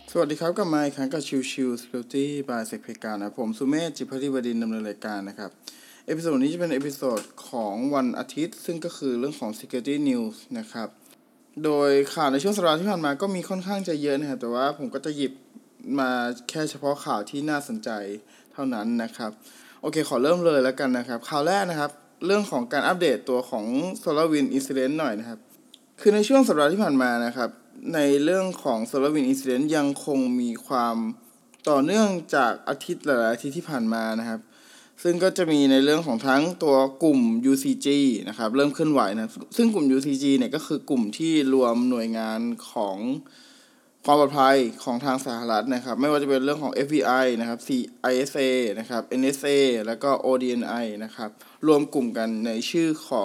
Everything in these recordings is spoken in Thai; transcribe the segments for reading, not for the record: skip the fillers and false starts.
สวัสดีครับกับมาอีกครั้งกับชิว Security by เซกเพกานะผมสุเมธจิพัทริบดินทร์ดำเนินรายการนะครับเอพิโซดนี้จะเป็นเอพิโซดของวันอาทิตย์ซึ่งก็คือเรื่องของ Security News นะครับโดยข่าวในช่วงสัปดาห์ที่ผ่านมาก็มีค่อนข้างจะเยอะนะครับแต่ว่าผมก็จะหยิบมาแค่เฉพาะข่าวที่น่าสนใจเท่านั้นนะครับโอเคขอเริ่มเลยแล้วกันนะครับข่าวแรกนะครับเรื่องของการอัปเดตตัวของ SolarWinds Incident หน่อยนะครับคือในช่วงสัปดาห์ที่ผ่านมานะครับในเรื่องของ SolarWinds Incident ยังคงมีความต่อเนื่องจากอาทิตย์หลายๆอาทิตย์ที่ผ่านมานะครับซึ่งก็จะมีในเรื่องของทั้งตัวกลุ่ม UCG นะครับเริ่มเคลื่อนไหวนะซึ่งกลุ่ม UCG เนี่ยก็คือกลุ่มที่รวมหน่วยงานของความปลอดภัยของทางสหรัฐนะครับไม่ว่าจะเป็นเรื่องของ FBI นะครับ CISA นะครับ NSA แล้วก็ ODNI นะครับรวมกลุ่มกันในชื่อของ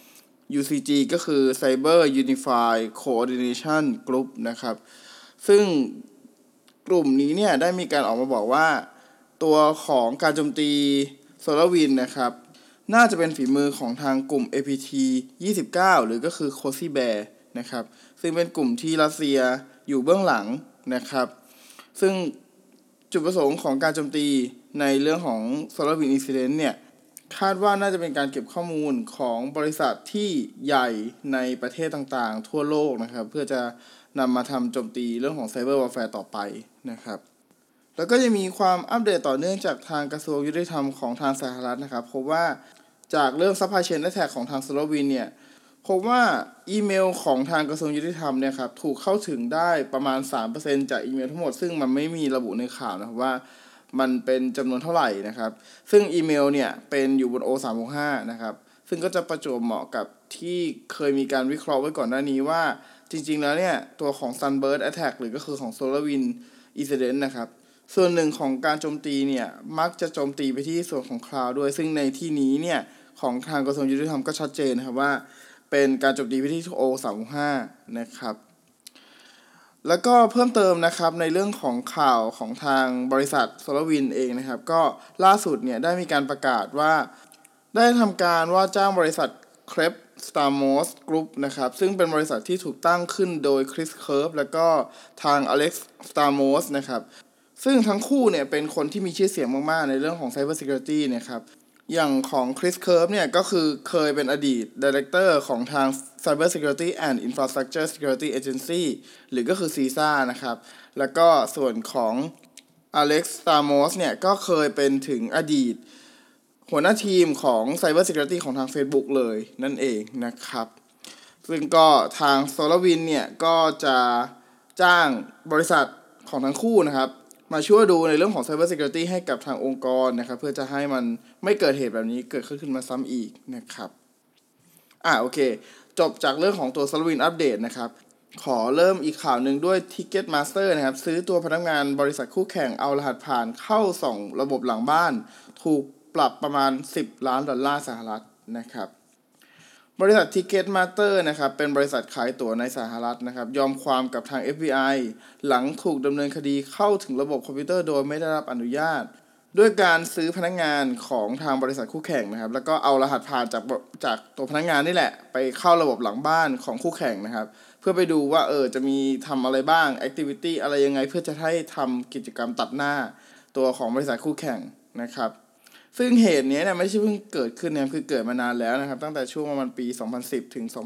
UCG ก็คือ Cyber Unified Coordination Group นะครับซึ่งกลุ่มนี้เนี่ยได้มีการออกมาบอกว่าตัวของการโจมตี SolarWinds นะครับน่าจะเป็นฝีมือของทางกลุ่ม APT29 หรือก็คือ Cozy Bear นะครับซึ่งเป็นกลุ่มที่รัสเซียอยู่เบื้องหลังนะครับซึ่งจุดประสงค์ของการโจมตีในเรื่องของ SolarWinds Incident เนี่ยคาดว่าน่าจะเป็นการเก็บข้อมูลของบริษัทที่ใหญ่ในประเทศต่างๆทั่วโลกนะครับเพื่อจะนำมาทำโจมตีเรื่องของ Cyber Warfare ต่อไปนะครับแล้วก็ยังมีความอัปเดตต่อเนื่องจากทางกระทรวงยุติธรรมของทางสหรัฐนะครับพบว่าจากเรื่อง Supply Chain Attack ของทาง SolarWinds เนี่ยพบว่าอีเมลของทางกระทรวงยุติธรรมเนี่ยครับถูกเข้าถึงได้ประมาณ 3% จากอีเมลทั้งหมดซึ่งมันไม่มีระบุในข่าวนะครับว่ามันเป็นจำนวนเท่าไหร่นะครับซึ่งอีเมลเนี่ยเป็นอยู่บน O365 นะครับซึ่งก็จะประจวบเหมาะกับที่เคยมีการวิเคราะห์ไว้ก่อนหน้านี้ว่าจริงๆแล้วเนี่ยตัวของ Sunburst Attack หรือก็คือของ SolarWinds Incident นะครับส่วนหนึ่งของการโจมตีเนี่ยมักจะโจมตีไปที่ส่วนของคลาวด์ด้วยซึ่งในที่นี้เนี่ยของทางกระทรวงยุติธรรมก็ชัดเจนนะครับว่าเป็นการโจมตีไปที่ O365 นะครับแล้วก็เพิ่มเติมนะครับในเรื่องของข่าวของทางบริษัท SolarWinds เองนะครับก็ล่าสุดเนี่ยได้มีการประกาศว่าได้ทำการว่าจ้างบริษัท Krebs Stamos Group นะครับซึ่งเป็นบริษัทที่ถูกตั้งขึ้นโดย Chris Krebs แล้วก็ทาง Alex Stamos นะครับซึ่งทั้งคู่เนี่ยเป็นคนที่มีชื่อเสียงมากๆในเรื่องของ Cyber Security นะครับอย่างของ Chris Krebs เนี่ยก็คือเคยเป็นอดีต Director ของทาง Cyber Security and Infrastructure Security Agency หรือก็คือ CISA นะครับแล้วก็ส่วนของ Alex Stamos เนี่ยก็เคยเป็นถึงอดีตหัวหน้าทีมของ Cyber Security ของทาง Facebook เลยนั่นเองนะครับซึ่งก็ทาง SolarWinds เนี่ยก็จะจ้างบริษัทของทั้งคู่นะครับมาช่วยดูในเรื่องของ Cyber Security ให้กับทางองค์กรนะครับเพื่อจะให้มันไม่เกิดเหตุแบบนี้เกิดขึ้นมาซ้ำอีกนะครับโอเคจบจากเรื่องของตัว SolarWinds อัปเดตนะครับขอเริ่มอีกข่าวหนึ่งด้วย Ticketmaster นะครับซื้อตัวพนักงานบริษัทคู่แข่งเอารหัสผ่านเข้าส่องระบบหลังบ้านถูกปรับประมาณ$10 ล้านสหรัฐนะครับบริษัท Ticketmaster นะครับเป็นบริษัทขายตั๋วในสหรัฐนะครับยอมความกับทาง FBI หลังถูกดำเนินคดีเข้าถึงระบบคอมพิวเตอร์โดยไม่ได้รับอนุญาตด้วยการซื้อพนักงานของทางบริษัทคู่แข่งนะครับแล้วก็เอารหัสผ่านจากตัวพนักงานนี่แหละไปเข้าระบบหลังบ้านของคู่แข่งนะครับเพื่อไปดูว่าจะมีทำอะไรบ้าง activity อะไรยังไงเพื่อจะให้ทำกิจกรรมตัดหน้าตัวของบริษัทคู่แข่งนะครับซึ่งเหตุนี้เนี่ยไม่ใช่เพิ่งเกิดขึ้นนะครับคือเกิดมานานแล้วนะครับตั้งแต่ช่วงประมาณปี2010ถึง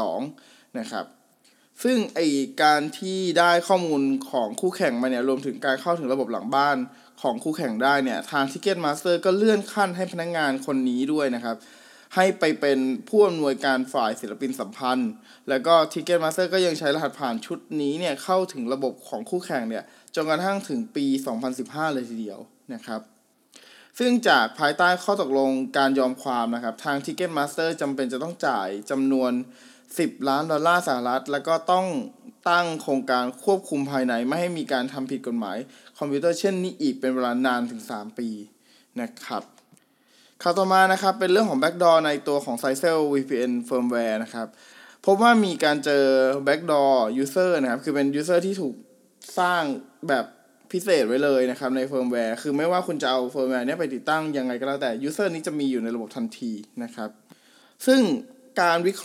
2012นะครับซึ่งการที่ได้ข้อมูลของคู่แข่งมาเนี่ยรวมถึงการเข้าถึงระบบหลังบ้านของคู่แข่งได้เนี่ยทาง Ticketmaster ก็เลื่อนขั้นให้พนักงานคนนี้ด้วยนะครับให้ไปเป็นผู้อำนวยการฝ่ายศิลปินสัมพันธ์แล้วก็ Ticketmaster ก็ยังใช้รหัสผ่านชุดนี้เนี่ยเข้าถึงระบบของคู่แข่งเนี่ยจนกระทั่งถึงปี2015เลยทีเดียวนะครับซึ่งจากภายใต้ข้อตกลงการยอมความนะครับทาง Ticketmaster จำเป็นจะต้องจ่ายจำนวน$10 ล้านสหรัฐแล้วก็ต้องตั้งโครงการควบคุมภายในไม่ให้มีการทำผิดกฎหมายคอมพิวเตอร์เช่นนี้อีกเป็นเวลานานถึง3 ปีนะครับข่าวต่อมานะครับเป็นเรื่องของ backdoor ในตัวของ Signal VPN firmware นะครับพบว่ามีการเจอ backdoor user นะครับคือเป็น user ที่ถูกสร้างแบบพิเศษไว้เลยนะครับในเฟิร์มแวร์คือไม่ว่าคุณจะเอาเฟิร์มแวร์นี้ไปติดตั้งยังไงก็แล้วแต่ยูเซอร์นี้จะมีอยู่ในระบบทันทีนะครับซึ่งการวิเคราะห์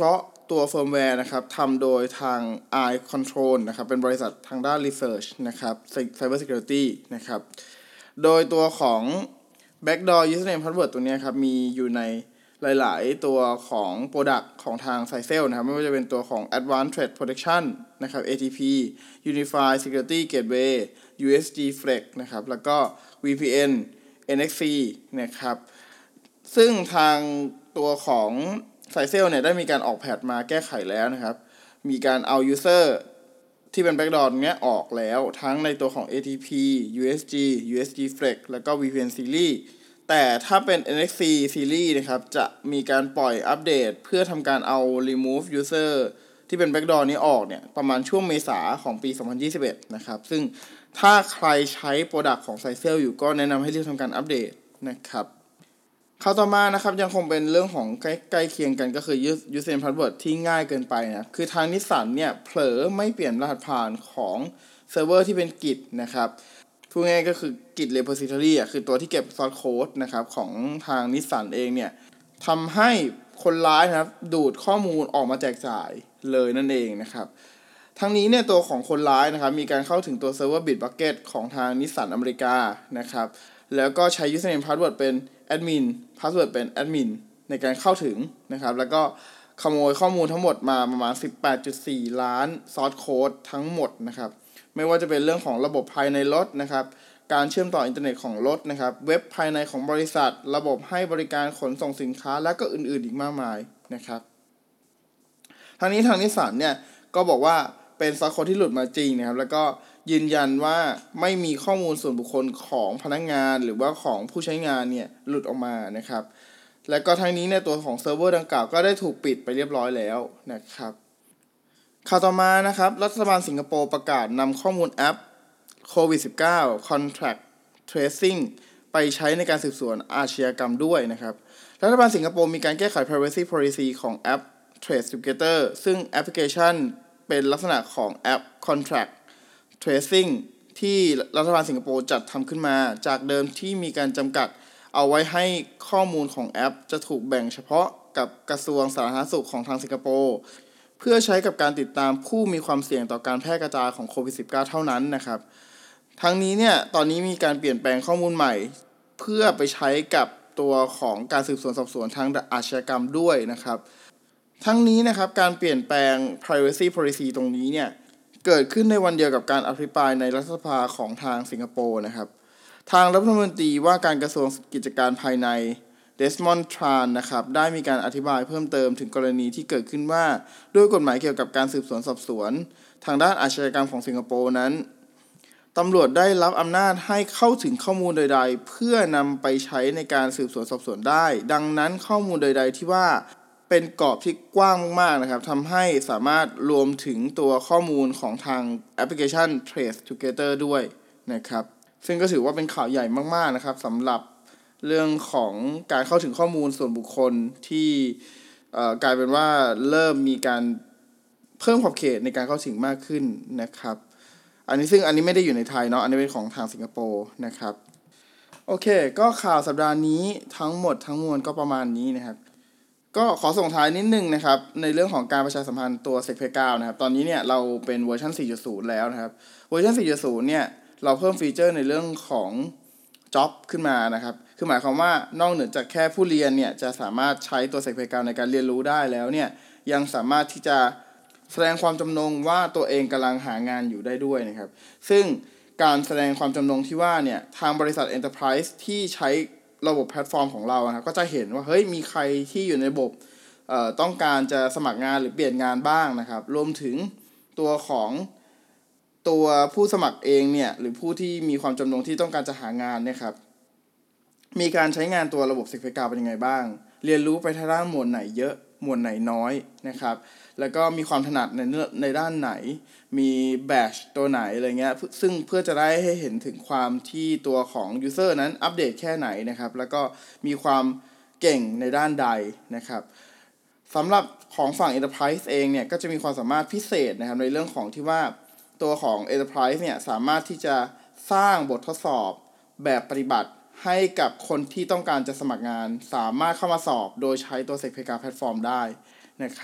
ตัวเฟิร์มแวร์นะครับทำโดยทาง Eye Control นะครับเป็นบริษัททางด้าน Research นะครับ Cyber Security นะครับโดยตัวของ Backdoor Username Password ตัวนี้ครับมีอยู่ในหลายๆตัวของ Product ของทาง Sitel นะครับไม่ว่าจะเป็นตัวของ Advanced Threat Protection นะครับ ATP Unified Security Gateway USG Flex นะครับแล้วก็ VPN NXC นะครับซึ่งทางตัวของSitel เนี่ยได้มีการออกแพทมาแก้ไขแล้วนะครับมีการเอา user ที่เป็น backdoor เนี้ยออกแล้วทั้งในตัวของ ATP USG USG Flex แล้วก็ VPN Series แต่ถ้าเป็น NXC Series นะครับจะมีการปล่อยอัปเดตเพื่อทำการเอา remove user ที่เป็น backdoor นี้ออกเนี่ยประมาณช่วงเมษาของปี 2021 นะครับซึ่งถ้าใครใช้ product ของ Sitel อยู่ก็แนะนำให้รีบทำการอัปเดตนะครับข่าวต่อมานะครับยังคงเป็นเรื่องของใกล้เคียงกันก็คือ username password ที่ง่ายเกินไปนะคือทางนิสสันเนี่ยเผลอไม่เปลี่ยนรหัสผ่านของเซิร์ฟเวอร์ที่เป็น Git นะครับพูดง่ายก็คือ Git repository คือตัวที่เก็บ source code นะครับของทางนิสสันเองเนี่ยทำให้คนร้ายนะครับดูดข้อมูลออกมาแจกจ่ายเลยนั่นเองนะครับทั้งนี้เนี่ยตัวของคนร้ายนะครับมีการเข้าถึงตัวเซิร์ฟเวอร์ Bitbucket ของทางนิสสันอเมริกานะครับแล้วก็ใช้ username password เป็น admin password เป็น admin ในการเข้าถึงนะครับแล้วก็ขโมยข้อมูลทั้งหมดมาประมาณ 18.4 ล้าน source code ทั้งหมดนะครับไม่ว่าจะเป็นเรื่องของระบบภายในรถนะครับการเชื่อมต่ออินเทอร์เน็ตของรถนะครับเว็บภายในของบริษัทระบบให้บริการขนส่งสินค้าและก็อื่นๆอีกมากมายนะครับทางนี้ทางนิสสันเนี่ยก็บอกว่าเป็นซอสโค้ดที่หลุดมาจริงนะครับแล้วก็ยืนยันว่าไม่มีข้อมูลส่วนบุคคลของพนักงานหรือว่าของผู้ใช้งานเนี่ยหลุดออกมานะครับและก็ทั้งนี้เนี่ยตัวของเซิร์ฟเวอร์ดังกล่าวก็ได้ถูกปิดไปเรียบร้อยแล้วนะครับข่าวต่อมานะครับรัฐบาลสิงคโปร์ประกาศนำข้อมูลแอปโควิด -19 Contact Tracing ไปใช้ในการสืบสวนอาชญากรรมด้วยนะครับรัฐบาลสิงคโปร์มีการแก้ไข Privacy Policy ของแอป Trace Together ซึ่งแอปพลิเคชันเป็นลักษณะของแอป Contact Tracing ที่รัฐบาลสิงคโปร์จัดทำขึ้นมาจากเดิมที่มีการจำกัดเอาไว้ให้ข้อมูลของแอปจะถูกแบ่งเฉพาะกับกระทรวงสาธารณสุขของทางสิงคโปร์เพื่อใช้กับการติดตามผู้มีความเสี่ยงต่อการแพร่กระจายของโควิด -19 เท่านั้นนะครับทั้งนี้เนี่ยตอนนี้มีการเปลี่ยนแปลงข้อมูลใหม่เพื่อไปใช้กับตัวของการสืบสวนสอบสวนทางอาชญากรรมด้วยนะครับทั้งนี้นะครับการเปลี่ยนแปลง privacy policy ตรงนี้เนี่ยเกิดขึ้นในวันเดียวกับการอภิปรายในรัฐสภาของทางสิงคโปร์นะครับทางรัฐมนตรีว่าการกระทรวงกิจการภายในเดสมอนด์ทรานนะครับได้มีการอธิบายเพิ่มเติมถึงกรณีที่เกิดขึ้นว่าด้วยกฎหมายเกี่ยวกับการสืบสวนสอบสวนทางด้านอาชญากรรมของสิงคโปร์นั้นตำรวจได้รับอำนาจให้เข้าถึงข้อมูลใดๆเพื่อนำไปใช้ในการสืบสวนสอบสวนได้ดังนั้นข้อมูลใดๆที่ว่าเป็นกรอบที่กว้างมากๆนะครับทำให้สามารถรวมถึงตัวข้อมูลของทางแอปพลิเคชัน Trace Together ด้วยนะครับซึ่งก็ถือว่าเป็นข่าวใหญ่มากๆนะครับสำหรับเรื่องของการเข้าถึงข้อมูลส่วนบุคคลที่กลายเป็นว่าเริ่มมีการเพิ่มขอบเขตในการเข้าถึงมากขึ้นนะครับอันนี้ไม่ได้อยู่ในไทยเนาะอันนี้เป็นของทางสิงคโปร์นะครับโอเคก็ข่าวสัปดาห์นี้ทั้งหมดทั้งมวลก็ประมาณนี้นะครับก็ขอส่งท้ายนิดนึงนะครับในเรื่องของการประชาสัมพันธ์ตัว SecPay 9นะครับตอนนี้เนี่ยเราเป็นเวอร์ชัน 4.0 แล้วนะครับเวอร์ชัน 4.0 เนี่ยเราเพิ่มฟีเจอร์ในเรื่องของจ็อบขึ้นมานะครับคือหมายความว่านอกเหนือจากแค่ผู้เรียนเนี่ยจะสามารถใช้ตัว SecPay 9ในการเรียนรู้ได้แล้วเนี่ยยังสามารถที่จะแสดงความจำนงว่าตัวเองกำลังหางานอยู่ได้ด้วยนะครับซึ่งการแสดงความจำนงที่ว่าเนี่ยทางบริษัท Enterprise ที่ใช้ระบบแพลตฟอร์มของเรานะครับก็จะเห็นว่าเฮ้ยมีใครที่อยู่ในระบบต้องการจะสมัครงานหรือเปลี่ยนงานบ้างนะครับรวมถึงตัวของตัวผู้สมัครเองเนี่ยหรือผู้ที่มีความจำนงที่ต้องการจะหางานเนี่ยครับมีการใช้งานตัวระบบ SecPay 9เป็นยังไงบ้างเรียนรู้ไปทางด้านหมวดไหนเยอะหมวดไหนน้อยนะครับแล้วก็มีความถนัดในด้านไหนมีแบตตัวไหนอะไรเงี้ยซึ่งเพื่อจะได้ให้เห็นถึงความที่ตัวของ user นั้นอัปเดตแค่ไหนนะครับแล้วก็มีความเก่งในด้านใดนะครับสำหรับของฝั่ง Enterprise เองเนี่ยก็จะมีความสามารถพิเศษนะครับในเรื่องของที่ว่าตัวของ Enterprise เนี่ยสามารถที่จะสร้างบททดสอบแบบปฏิบัติให้กับคนที่ต้องการจะสมัครงานสามารถเข้ามาสอบโดยใช้ตัว SecPay 9 Platform ได้นะครับ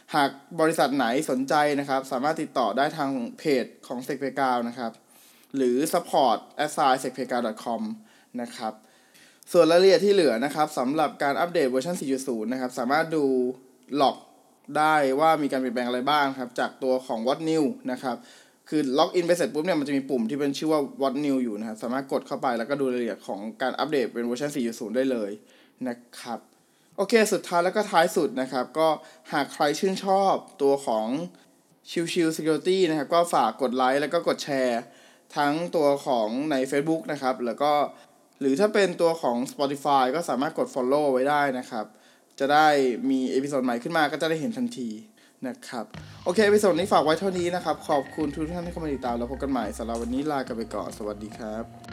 หากบริษัทไหนสนใจนะครับสามารถติดต่อได้ทางเพจของ SecPayGround นะครับหรือ support@secpayground.com นะครับส่วนรายละเอียดที่เหลือนะครับสำหรับการอัปเดตเวอร์ชัน 4.0 นะครับสามารถดูล็อกได้ว่ามีการเปลี่ยนแปลงอะไรบ้างครับจากตัวของ What New นะครับคือล็อกอินไปเสร็จปุ๊บเนี่ยมันจะมีปุ่มที่เป็นชื่อว่า What New อยู่นะครับสามารถกดเข้าไปแล้วก็ดูรายละเอียดของการอัปเดตเป็นเวอร์ชัน 4.0 ได้เลยนะครับโอเคสุดท้ายแล้วก็ท้ายสุดนะครับก็หากใครชื่นชอบตัวของชิว Security นะครับก็ฝากกดไลค์แล้วก็กดแชร์ทั้งตัวของใน Facebook นะครับแล้วก็หรือถ้าเป็นตัวของ Spotify ก็สามารถกด follow ไว้ได้นะครับจะได้มีเอพิโซดใหม่ขึ้นมาก็จะได้เห็นทันทีนะครับโอเคเอพิโซดนี้ฝากไว้เท่านี้นะครับขอบคุณทุกท่านที่เข้ามาติดตามแล้วพบกันใหม่สำหรับวันนี้ลากันไปก่อนสวัสดีครับ